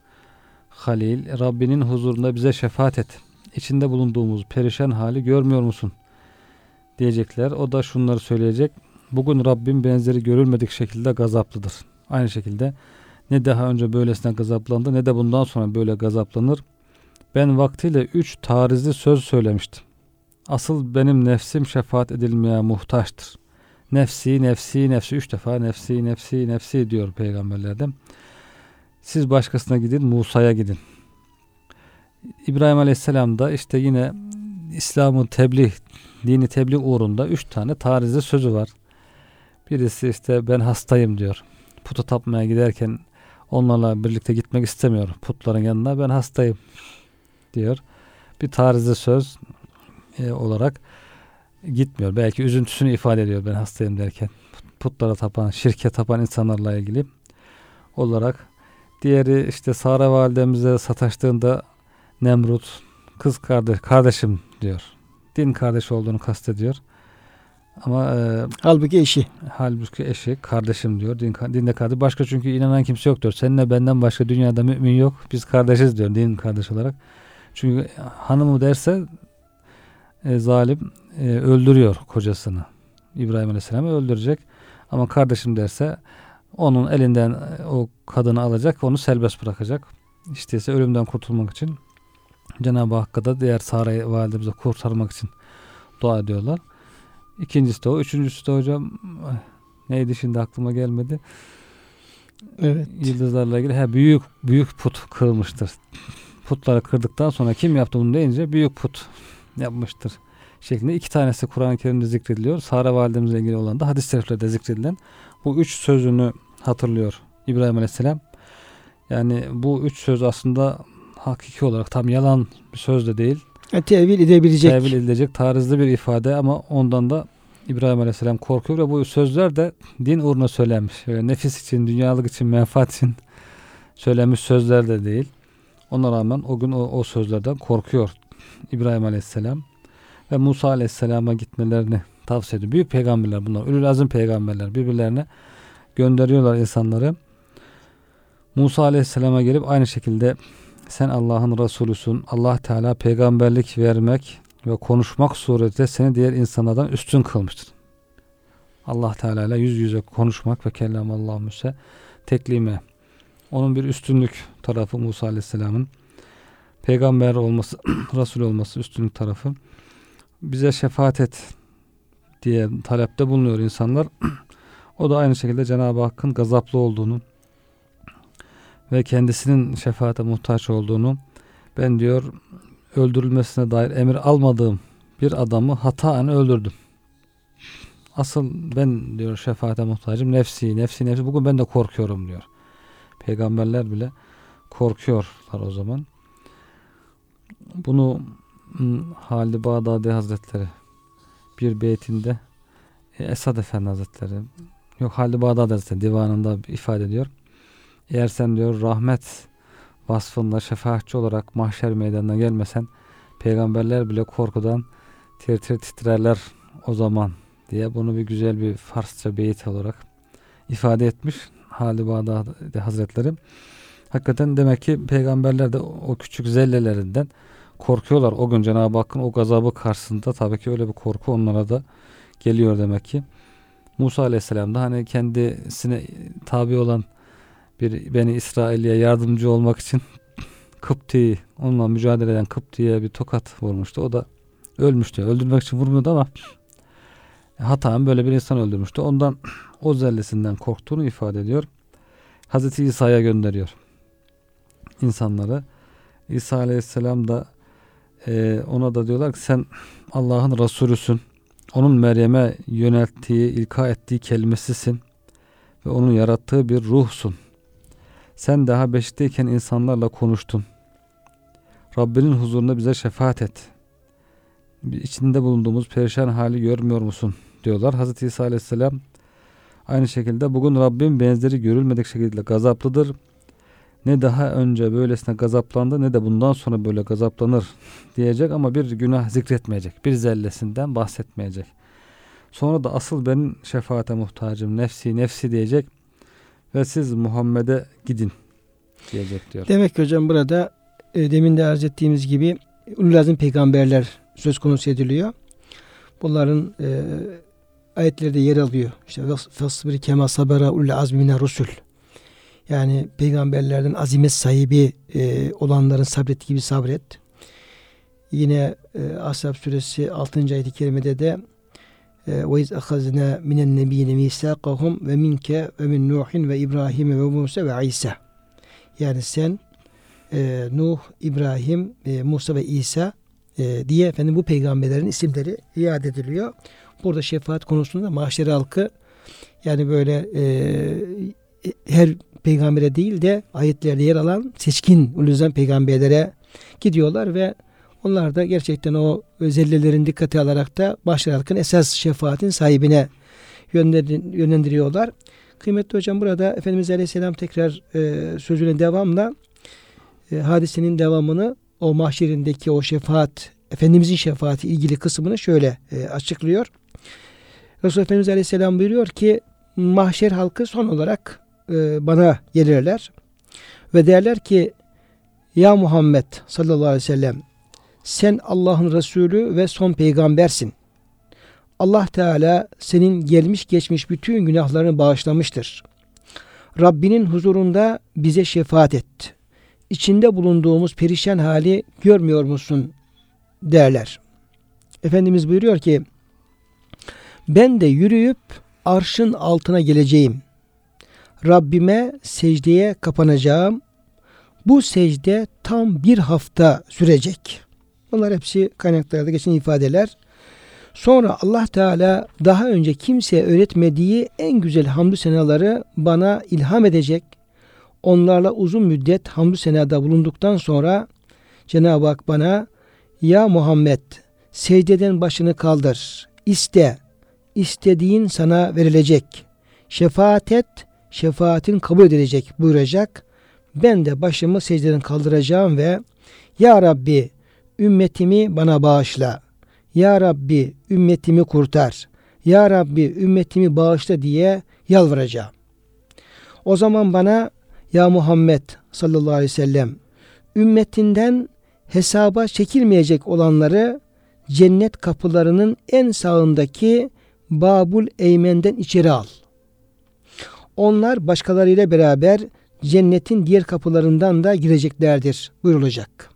Speaker 3: Halil, Rabbinin huzurunda bize şefaat et. İçinde bulunduğumuz perişan hali görmüyor musun? Diyecekler. O da şunları söyleyecek. Bugün Rabbim benzeri görülmedik şekilde gazaplıdır. Aynı şekilde ne daha önce böylesine gazaplandı ne de bundan sonra böyle gazaplanır. Ben vaktiyle üç tarizli söz söylemiştim. Asıl benim nefsim şefaat edilmeye muhtaçtır. Nefsi, nefsi, nefsi. Üç defa nefsi, nefsi, nefsi diyor peygamberlerden. Siz başkasına gidin, Musa'ya gidin. İbrahim Aleyhisselam da işte yine İslam'ı tebliğ, dini tebliğ uğrunda üç tane tarizli sözü var. Birisi işte ben hastayım diyor. Putu tapmaya giderken onlarla birlikte gitmek istemiyor. Putların yanına ben hastayım diyor. Bir tarizli söz e, olarak gitmiyor. Belki üzüntüsünü ifade ediyor ben hastayım derken. Putlara tapan, şirke tapan insanlarla ilgili olarak. Diğeri işte Sara validemize sataştığında Nemrut kız kardeş, kardeşim diyor. Din kardeşi olduğunu kastediyor. Ama e,
Speaker 2: Halbuki eşi.
Speaker 3: halbuki eşi kardeşim diyor. Din, dinde kardeş. Başka çünkü inanan kimse yok diyor. Seninle benden başka dünyada mümin yok. Biz kardeşiz diyor din kardeş olarak. Çünkü hanımı derse e, zalim e, öldürüyor kocasını. İbrahim Aleyhisselam'ı öldürecek. Ama kardeşim derse onun elinden o kadını alacak, onu serbest bırakacak. İşte ise ölümden kurtulmak için Cenab-ı Hakk'a da diğer Sara'yı validemize kurtarmak için dua ediyorlar. İkincisi de o. Üçüncüsü de hocam neydi şimdi aklıma gelmedi.
Speaker 2: Evet.
Speaker 3: Yıldızlarla ilgili he, büyük büyük put kırılmıştır. Putları kırdıktan sonra kim yaptı bunu deyince büyük put yapmıştır şeklinde iki tanesi Kur'an-ı Kerim'de zikrediliyor. Sara validemizle ilgili olan da hadis-i şeriflerde zikredilen bu üç sözünü hatırlıyor İbrahim Aleyhisselam. Yani bu üç söz aslında hakiki olarak tam yalan bir söz de değil.
Speaker 2: E, tevil edebilecek.
Speaker 3: Tevil edilecek tarzda bir ifade ama ondan da İbrahim Aleyhisselam korkuyor ve bu sözler de din uğruna söylenmiş. Öyle nefis için, dünyalık için, menfaat için söylenmiş sözler de değil. Ona rağmen o gün o, o sözlerden korkuyor İbrahim Aleyhisselam ve Musa Aleyhisselam'a gitmelerini tavsiye ediyor. Büyük peygamberler bunlar. Ülül azim peygamberler. Birbirlerine gönderiyorlar insanları. Musa Aleyhisselam'a gelip aynı şekilde sen Allah'ın Resulüsün. Allah Teala peygamberlik vermek ve konuşmak suretiyle seni diğer insanlardan üstün kılmıştır. Allah Teala ile yüz yüze konuşmak ve kellamallahu Musa teklime. Onun bir üstünlük tarafı Musa Aleyhisselam'ın peygamber olması, Resul olması üstünlük tarafı. Bize şefaat et diye talepte bulunuyor insanlar. O da aynı şekilde Cenab-ı Hakk'ın gazaplı olduğunu ve kendisinin şefaate muhtaç olduğunu, ben diyor öldürülmesine dair emir almadığım bir adamı hataen öldürdüm. Asıl ben diyor şefaate muhtacım, nefsi, nefsi, nefsi. Bugün ben de korkuyorum diyor. Peygamberler bile korkuyorlar o zaman. Bunu Halid-i Bağdadi Hazretleri bir beytinde Esad Efendi Hazretleri yok Halid-i Bağdadi Hazretleri divanında ifade ediyor. Eğer sen diyor rahmet vasfında şefaatçi olarak mahşer meydanına gelmesen peygamberler bile korkudan tir tir titrerler o zaman diye bunu bir güzel bir Farsça beyit olarak ifade etmiş Halid-i Bağdadi Hazretleri. Hakikaten demek ki peygamberler de o küçük zellelerinden korkuyorlar. O gün Cenab-ı Hakk'ın o gazabı karşısında tabii ki öyle bir korku onlara da geliyor demek ki. Musa Aleyhisselam da hani kendisine tabi olan bir Beni İsrail'e yardımcı olmak için Kıpti, onunla mücadele eden Kıpti'ye bir tokat vurmuştu. O da ölmüştü. Öldürmek için vurmuyordu ama hataen böyle bir insan öldürmüştü. Ondan o zellesinden korktuğunu ifade ediyor. Hazreti İsa'ya gönderiyor insanları. İsa Aleyhisselam da e, ona da diyorlar ki sen Allah'ın Resulüsün. Onun Meryem'e yönelttiği, ilka ettiği kelimesisin. ve onun yarattığı bir ruhsun. Sen daha beşikteyken insanlarla konuştun. Rabbinin huzurunda bize şefaat et. İçinde bulunduğumuz perişan hali görmüyor musun? Diyorlar. Hazreti İsa Aleyhisselam aynı şekilde bugün Rabbim benzeri görülmedik şekilde gazaplıdır. Ne daha önce böylesine gazaplandı ne de bundan sonra böyle gazaplanır diyecek ama bir günah zikretmeyecek. Bir zellesinden bahsetmeyecek. Sonra da asıl ben şefaate muhtacım, nefsi nefsi diyecek ve siz Muhammed'e gidin diyecek diyor.
Speaker 2: Demek ki hocam burada e, demin de arz ettiğimiz gibi ulul azim peygamberler söz konusu ediliyor. Bunların e, ayetleri de yer alıyor. İşte fasbir kema sabara ulul azmi mine rusul. Yani peygamberlerden azimet sahibi e, olanların sabrettiği gibi sabret. Yine e, Ashab suresi altıncı ayet-i kerimede de ve iz ahazna minen nebiyine misaqahum ve minke ve min Nuhin ve İbrahim ve Musa ve İsa. Yani sen e, Nuh, İbrahim, e, Musa ve İsa e, diye efendim bu peygamberlerin isimleri iade ediliyor. Burada şefaat konusunda mahşer halkı yani böyle e, her peygambere değil de ayetlerde yer alan seçkin uluzan peygamberlere gidiyorlar ve onlar da gerçekten o zellelerin dikkate alarak da mahşer halkın esas şefaatin sahibine yönlendiriyorlar. Kıymetli hocam burada Efendimiz Aleyhisselam tekrar e, sözüne devamla e, hadisenin devamını o mahşerindeki o şefaat, Efendimizin şefaati ilgili kısmını şöyle e, açıklıyor. Resulullah Efendimiz Aleyhisselam buyuruyor ki mahşer halkı son olarak e, bana gelirler ve derler ki ya Muhammed sallallahu aleyhi ve sellem sen Allah'ın Resulü ve son peygambersin. Allah Teala senin gelmiş geçmiş bütün günahlarını bağışlamıştır. Rabbinin huzurunda bize şefaat et. İçinde bulunduğumuz perişan hali görmüyor musun derler. Efendimiz buyuruyor ki ben de yürüyüp arşın altına geleceğim. Rabbime secdeye kapanacağım. Bu secde tam bir hafta sürecek. Bunlar hepsi kaynaklarda geçen ifadeler. Sonra Allah Teala daha önce kimseye öğretmediği en güzel hamdü senaları bana ilham edecek. Onlarla uzun müddet hamdü senada bulunduktan sonra Cenab-ı Hak bana ya Muhammed secdeden başını kaldır. İste. İstediğin sana verilecek. Şefaat et. Şefaatin kabul edilecek buyuracak. Ben de başımı secdeden kaldıracağım ve ya Rabbi ümmetimi bana bağışla. Ya Rabbi ümmetimi kurtar. Ya Rabbi ümmetimi bağışla diye yalvaracağım. O zaman bana ya Muhammed sallallahu aleyhi ve sellem ümmetinden hesaba çekilmeyecek olanları cennet kapılarının en sağındaki Babul Eymen'den içeri al. Onlar başkalarıyla beraber cennetin diğer kapılarından da gireceklerdir buyurulacak.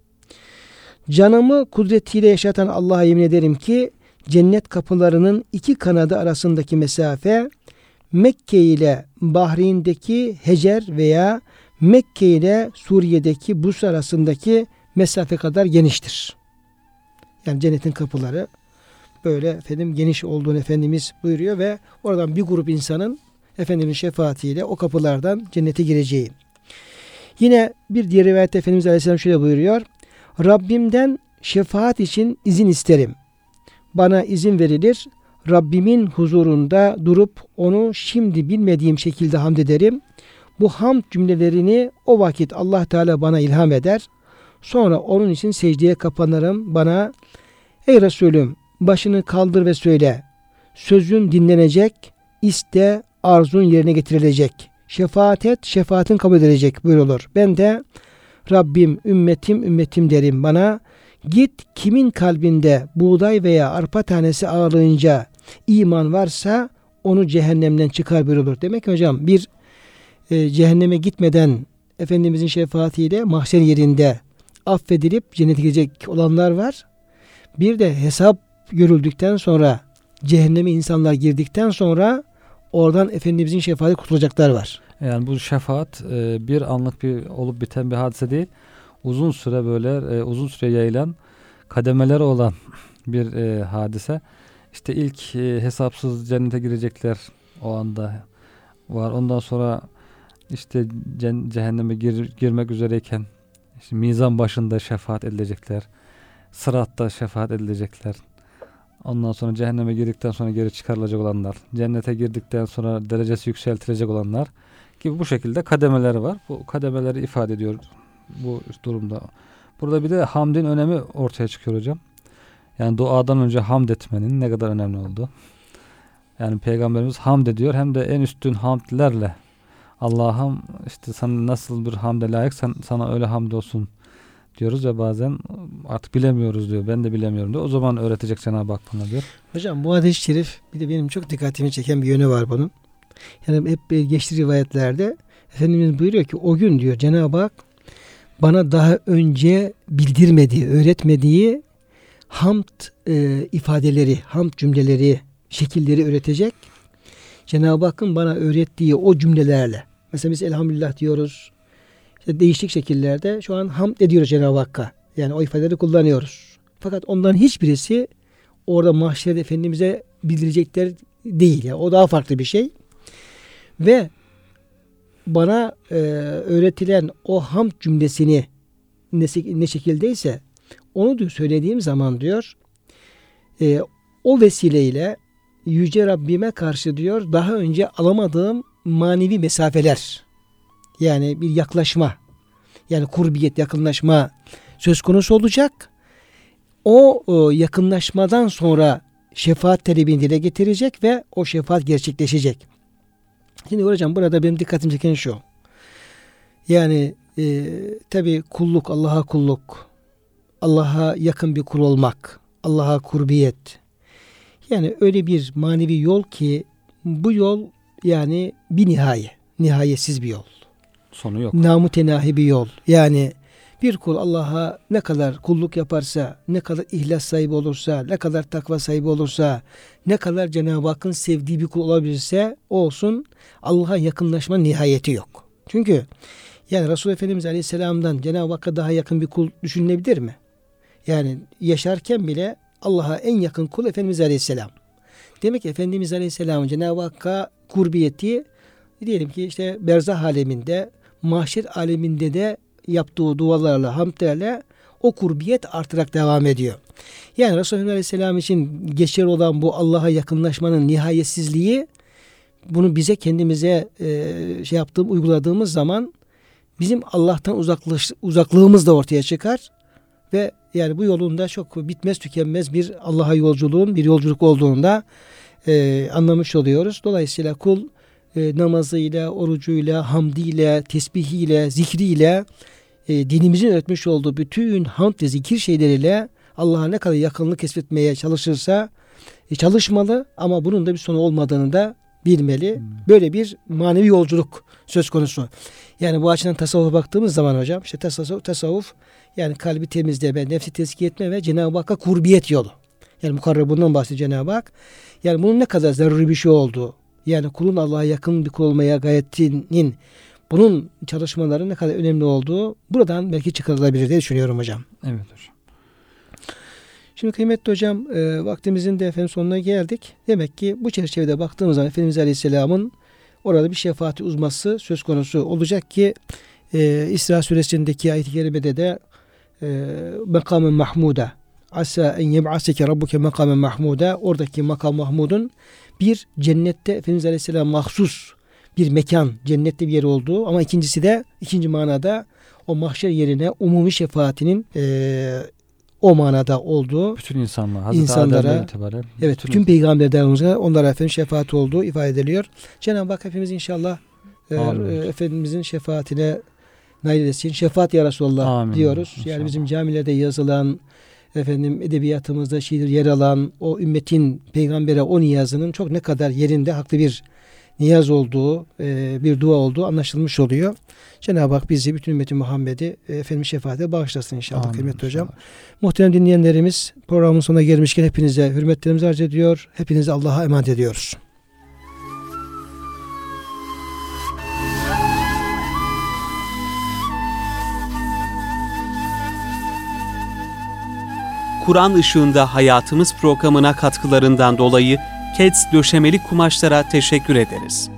Speaker 2: Canımı kudretiyle yaşatan Allah'a yemin ederim ki cennet kapılarının iki kanadı arasındaki mesafe Mekke ile Bahreyn'deki Hecer veya Mekke ile Suriye'deki Bus arasındaki mesafe kadar geniştir. Yani cennetin kapıları böyle efendim geniş olduğunu Efendimiz buyuruyor ve oradan bir grup insanın Efendimiz şefaatiyle o kapılardan cennete gireceği. Yine bir diğer rivayette Efendimiz Aleyhisselam şöyle buyuruyor. Rabbimden şefaat için izin isterim. Bana izin verilir. Rabbimin huzurunda durup onu şimdi bilmediğim şekilde hamd ederim. Bu hamd cümlelerini o vakit Allah Teala bana ilham eder. Sonra onun için secdeye kapanırım. Bana ey Resulüm başını kaldır ve söyle. Sözün dinlenecek. İste arzun yerine getirilecek. Şefaat et, şefaatin kabul edilecek buyurulur. Ben de Rabbim, ümmetim, ümmetim derim bana. Git kimin kalbinde buğday veya arpa tanesi ağırlığınca iman varsa onu cehennemden çıkar buyurulur. Demek ki hocam bir e, cehenneme gitmeden Efendimizin şefaatiyle mahşer yerinde affedilip cennete girecek olanlar var. Bir de hesap görüldükten sonra cehenneme insanlar girdikten sonra oradan Efendimizin şefaati kurtulacaklar var.
Speaker 3: Yani bu şefaat e, bir anlık bir olup biten bir hadise değil. Uzun süre böyle e, uzun süre yayılan kademeleri olan bir e, hadise. İşte ilk e, hesapsız cennete girecekler o anda. var. Ondan sonra işte cen- cehenneme gir- girmek üzereyken işte mizan başında şefaat edilecekler. Sıratta şefaat edilecekler. Ondan sonra cehenneme girdikten sonra geri çıkarılacak olanlar. Cennete girdikten sonra derecesi yükseltilecek olanlar gibi bu şekilde kademeleri var. Bu kademeleri ifade ediyor bu durumda. Burada bir de hamdin önemi ortaya çıkıyor hocam. Yani duadan önce hamd etmenin ne kadar önemli olduğu. Yani Peygamberimiz hamd ediyor, hem de en üstün hamdlerle Allah'ım işte sana nasıl bir hamde layıksan sana öyle hamd olsun diyoruz ve bazen artık bilemiyoruz diyor. Ben de bilemiyorum diyor. O zaman öğretecek Cenab-ı Hak bana diyor.
Speaker 2: Hocam bu hadis-i şerif bir de benim çok dikkatimi çeken bir yönü var bunun. Yani hep geçti rivayetlerde Efendimiz buyuruyor ki o gün diyor Cenab-ı Hak bana daha önce bildirmediği, öğretmediği hamd e, ifadeleri, hamd cümleleri, şekilleri öğretecek. Cenab-ı Hakk'ın bana öğrettiği o cümlelerle. Mesela biz elhamdülillah diyoruz. İşte değişik şekillerde şu an hamd ediyoruz Cenab-ı Hakk'a. Yani o ifadeleri kullanıyoruz. Fakat onların hiçbirisi orada mahşerde Efendimiz'e bildirecekler değil. Yani o daha farklı bir şey. Ve bana e, öğretilen o hamd cümlesini ne, ne şekildeyse onu diyor, söylediğim zaman diyor e, o vesileyle Yüce Rabbime karşı diyor daha önce alamadığım manevi mesafeler, yani bir yaklaşma, yani kurbiyet, yakınlaşma söz konusu olacak. O, o yakınlaşmadan sonra şefaat talebini dile getirecek ve o şefaat gerçekleşecek. Şimdi hocam burada benim dikkatimi çeken şu. Yani e, tabi kulluk, Allah'a kulluk, Allah'a yakın bir kul olmak, Allah'a kurbiyet. Yani öyle bir manevi yol ki bu yol yani bir nihaye, nihayetsiz bir yol.
Speaker 3: Sonu yok.
Speaker 2: Namütenahi bir yol. Yani bir kul Allah'a ne kadar kulluk yaparsa, ne kadar ihlas sahibi olursa, ne kadar takva sahibi olursa, ne kadar Cenab-ı Hakk'ın sevdiği bir kul olabilirse olsun, Allah'a yakınlaşma nihayeti yok. Çünkü yani Resulullah Efendimiz Aleyhisselam'dan Cenab-ı Hakk'a daha yakın bir kul düşünülebilir mi? Yani yaşarken bile Allah'a en yakın kul Efendimiz Aleyhisselam. Demek ki Efendimiz Aleyhisselam'ın Cenab-ı Hakk'a kurbiyeti diyelim ki işte berzah aleminde, mahşer aleminde de yaptığı dualarla, hamdlerle o kurbiyet artarak devam ediyor. Yani Resulullah Aleyhisselam için geçerli olan bu Allah'a yakınlaşmanın nihayetsizliği, bunu bize kendimize e, şey yaptığım, uyguladığımız zaman bizim Allah'tan uzaklaş, uzaklığımız da ortaya çıkar ve yani bu yolunda çok bitmez tükenmez bir Allah'a yolculuğun bir yolculuk olduğunu da e, anlamış oluyoruz. Dolayısıyla kul e, namazıyla, orucuyla, hamdiyle, tesbihiyle, zikriyle, e, dinimizin öğretmiş olduğu bütün hamd ve zikir şeyleriyle Allah'a ne kadar yakınlık kesbetmeye çalışırsa e, çalışmalı, ama bunun da bir sonu olmadığını da bilmeli. Hmm. Böyle bir manevi yolculuk söz konusu. Yani bu açıdan tasavvufa baktığımız zaman hocam, işte tasavvuf, tasavvuf yani kalbi temizleme, nefsi tezkiye etme ve Cenab-ı Hakk'a kurbiyet yolu. Yani mukarreb bundan bahsediyor Cenab-ı Hak. Yani bunun ne kadar zaruri bir şey olduğu, yani kulun Allah'a yakın bir kul olmaya gayretinin, bunun çalışmaları ne kadar önemli olduğu buradan belki çıkarılabilir diye düşünüyorum hocam.
Speaker 3: Evet hocam.
Speaker 2: Şimdi kıymetli hocam, e, vaktimizin de efendim sonuna geldik. Demek ki bu çerçevede baktığımız zaman Efendimiz Aleyhisselam'ın orada bir şefaati uzması söz konusu olacak ki e, İsra suresindeki ayet-i kerimede de e, makamen mahmuda asa en yeb'aseke rabbuke makamen mahmuda, oradaki makam mahmudun bir cennette Efendimiz Aleyhisselam mahsus bir mekan, cennette bir yer olduğu, ama ikincisi de ikinci manada o mahşer yerine umumi şefaatinin e, o manada olduğu,
Speaker 3: bütün insanlar, Hazreti
Speaker 2: insanlara,
Speaker 3: itibaren,
Speaker 2: evet, bütün, bütün peygamberlerimize onlara efendim şefaat olduğu ifade ediliyor. Cenab-ı Hak hepimiz inşallah e, Efendimizin şefaatine nail etsin. Şefaat ya Resulallah Amin. Diyoruz. İnşallah. Yani bizim camilerde yazılan, efendim edebiyatımızda şiir yer alan o ümmetin peygambere o niyazının çok ne kadar yerinde, haklı bir niyaz olduğu, e, bir dua olduğu anlaşılmış oluyor. Cenab-ı Hak bizi, bütün ümmeti Muhammed'i e, efendim şefaate bağışlasın inşallah. Amin, kıymetli inşallah. Hocam. Muhterem dinleyenlerimiz, programın sonuna gelmişken hepinize hürmetlerimizi arz ediyor. Hepinizi Allah'a emanet ediyoruz.
Speaker 1: Kur'an Işığında Hayatımız programına katkılarından dolayı Keds Döşemeli Kumaşlara teşekkür ederiz.